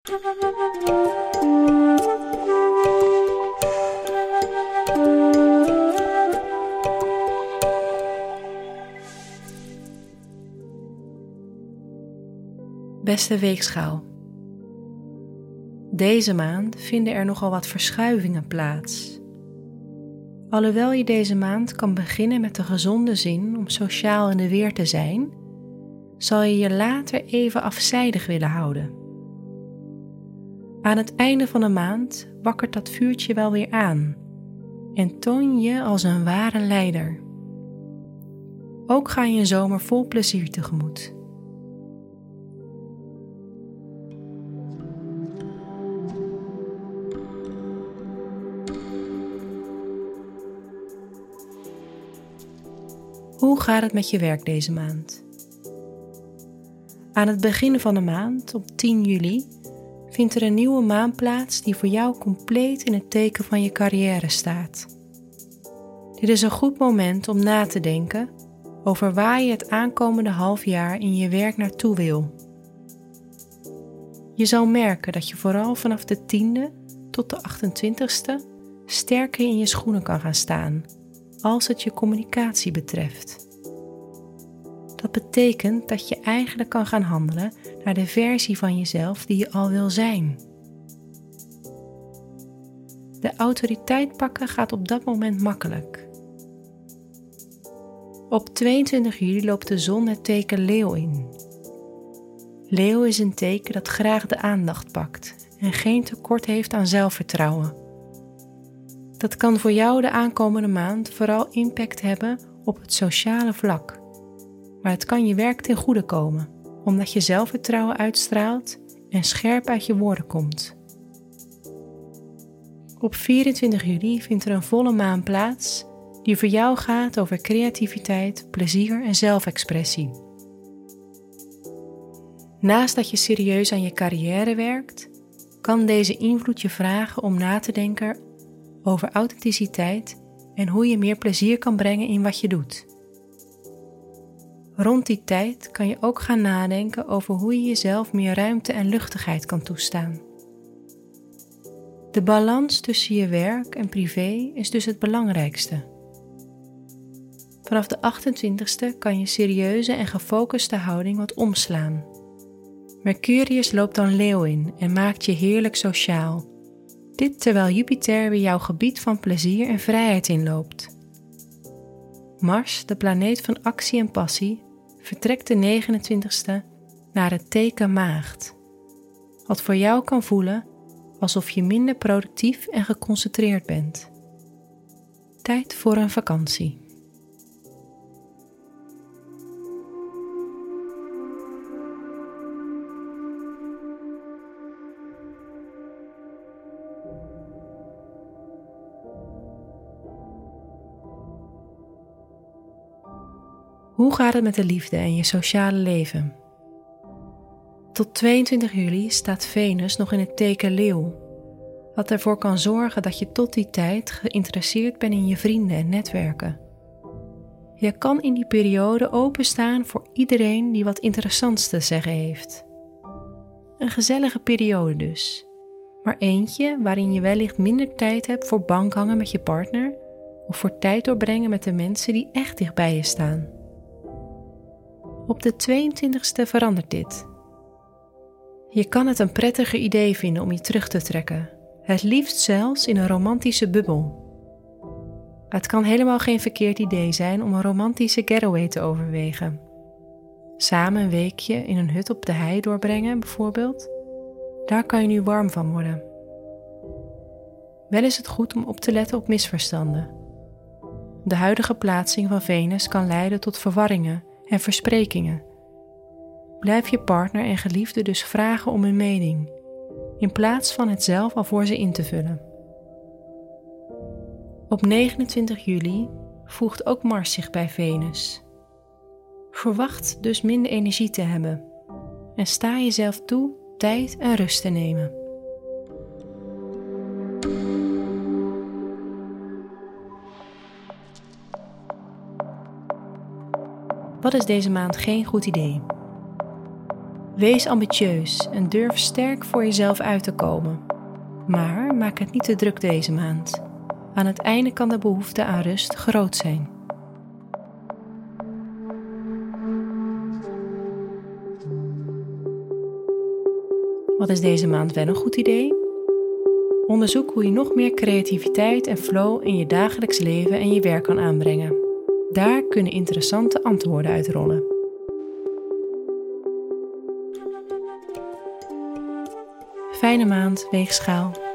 Beste weegschaal. Deze maand vinden er nogal wat verschuivingen plaats. Alhoewel je deze maand kan beginnen met de gezonde zin om sociaal in de weer te zijn, zal je je later even afzijdig willen houden. Aan het einde van de maand wakkert dat vuurtje wel weer aan en toon je als een ware leider. Ook ga je een zomer vol plezier tegemoet. Hoe gaat het met je werk deze maand? Aan het begin van de maand, op 10 juli, vindt er een nieuwe maan plaats die voor jou compleet in het teken van je carrière staat. Dit is een goed moment om na te denken over waar je het aankomende half jaar in je werk naartoe wil. Je zal merken dat je vooral vanaf de 10e tot de 28e sterker in je schoenen kan gaan staan als het je communicatie betreft. Dat betekent dat je eigenlijk kan gaan handelen naar de versie van jezelf die je al wil zijn. De autoriteit pakken gaat op dat moment makkelijk. Op 22 juli loopt de zon het teken Leeuw in. Leeuw is een teken dat graag de aandacht pakt en geen tekort heeft aan zelfvertrouwen. Dat kan voor jou de aankomende maand vooral impact hebben op het sociale vlak. Maar het kan je werk ten goede komen, omdat je zelfvertrouwen uitstraalt en scherp uit je woorden komt. Op 24 juli vindt er een volle maan plaats die voor jou gaat over creativiteit, plezier en zelfexpressie. Naast dat je serieus aan je carrière werkt, kan deze invloed je vragen om na te denken over authenticiteit en hoe je meer plezier kan brengen in wat je doet. Rond die tijd kan je ook gaan nadenken over hoe je jezelf meer ruimte en luchtigheid kan toestaan. De balans tussen je werk en privé is dus het belangrijkste. Vanaf de 28e kan je serieuze en gefocuste houding wat omslaan. Mercurius loopt dan Leeuw in en maakt je heerlijk sociaal. Dit terwijl Jupiter weer jouw gebied van plezier en vrijheid inloopt. Mars, de planeet van actie en passie, vertrekt de 29e naar het teken Maagd. Wat voor jou kan voelen alsof je minder productief en geconcentreerd bent. Tijd voor een vakantie. Hoe gaat het met de liefde en je sociale leven? Tot 22 juli staat Venus nog in het teken Leeuw, wat ervoor kan zorgen dat je tot die tijd geïnteresseerd bent in je vrienden en netwerken. Je kan in die periode openstaan voor iedereen die wat interessants te zeggen heeft. Een gezellige periode dus, maar eentje waarin je wellicht minder tijd hebt voor bankhangen met je partner of voor tijd doorbrengen met de mensen die echt dicht bij je staan. Op de 22e verandert dit. Je kan het een prettiger idee vinden om je terug te trekken, het liefst zelfs in een romantische bubbel. Het kan helemaal geen verkeerd idee zijn om een romantische getaway te overwegen. Samen een weekje in een hut op de hei doorbrengen bijvoorbeeld, daar kan je nu warm van worden. Wel is het goed om op te letten op misverstanden. De huidige plaatsing van Venus kan leiden tot verwarringen en versprekingen. Blijf je partner en geliefde dus vragen om hun mening, in plaats van het zelf al voor ze in te vullen. Op 29 juli voegt ook Mars zich bij Venus. Verwacht dus minder energie te hebben en sta jezelf toe tijd en rust te nemen. Wat is deze maand geen goed idee? Wees ambitieus en durf sterk voor jezelf uit te komen. Maar maak het niet te druk deze maand. Aan het einde kan de behoefte aan rust groot zijn. Wat is deze maand wel een goed idee? Onderzoek hoe je nog meer creativiteit en flow in je dagelijks leven en je werk kan aanbrengen. Daar kunnen interessante antwoorden uitrollen. Fijne maand, Weegschaal.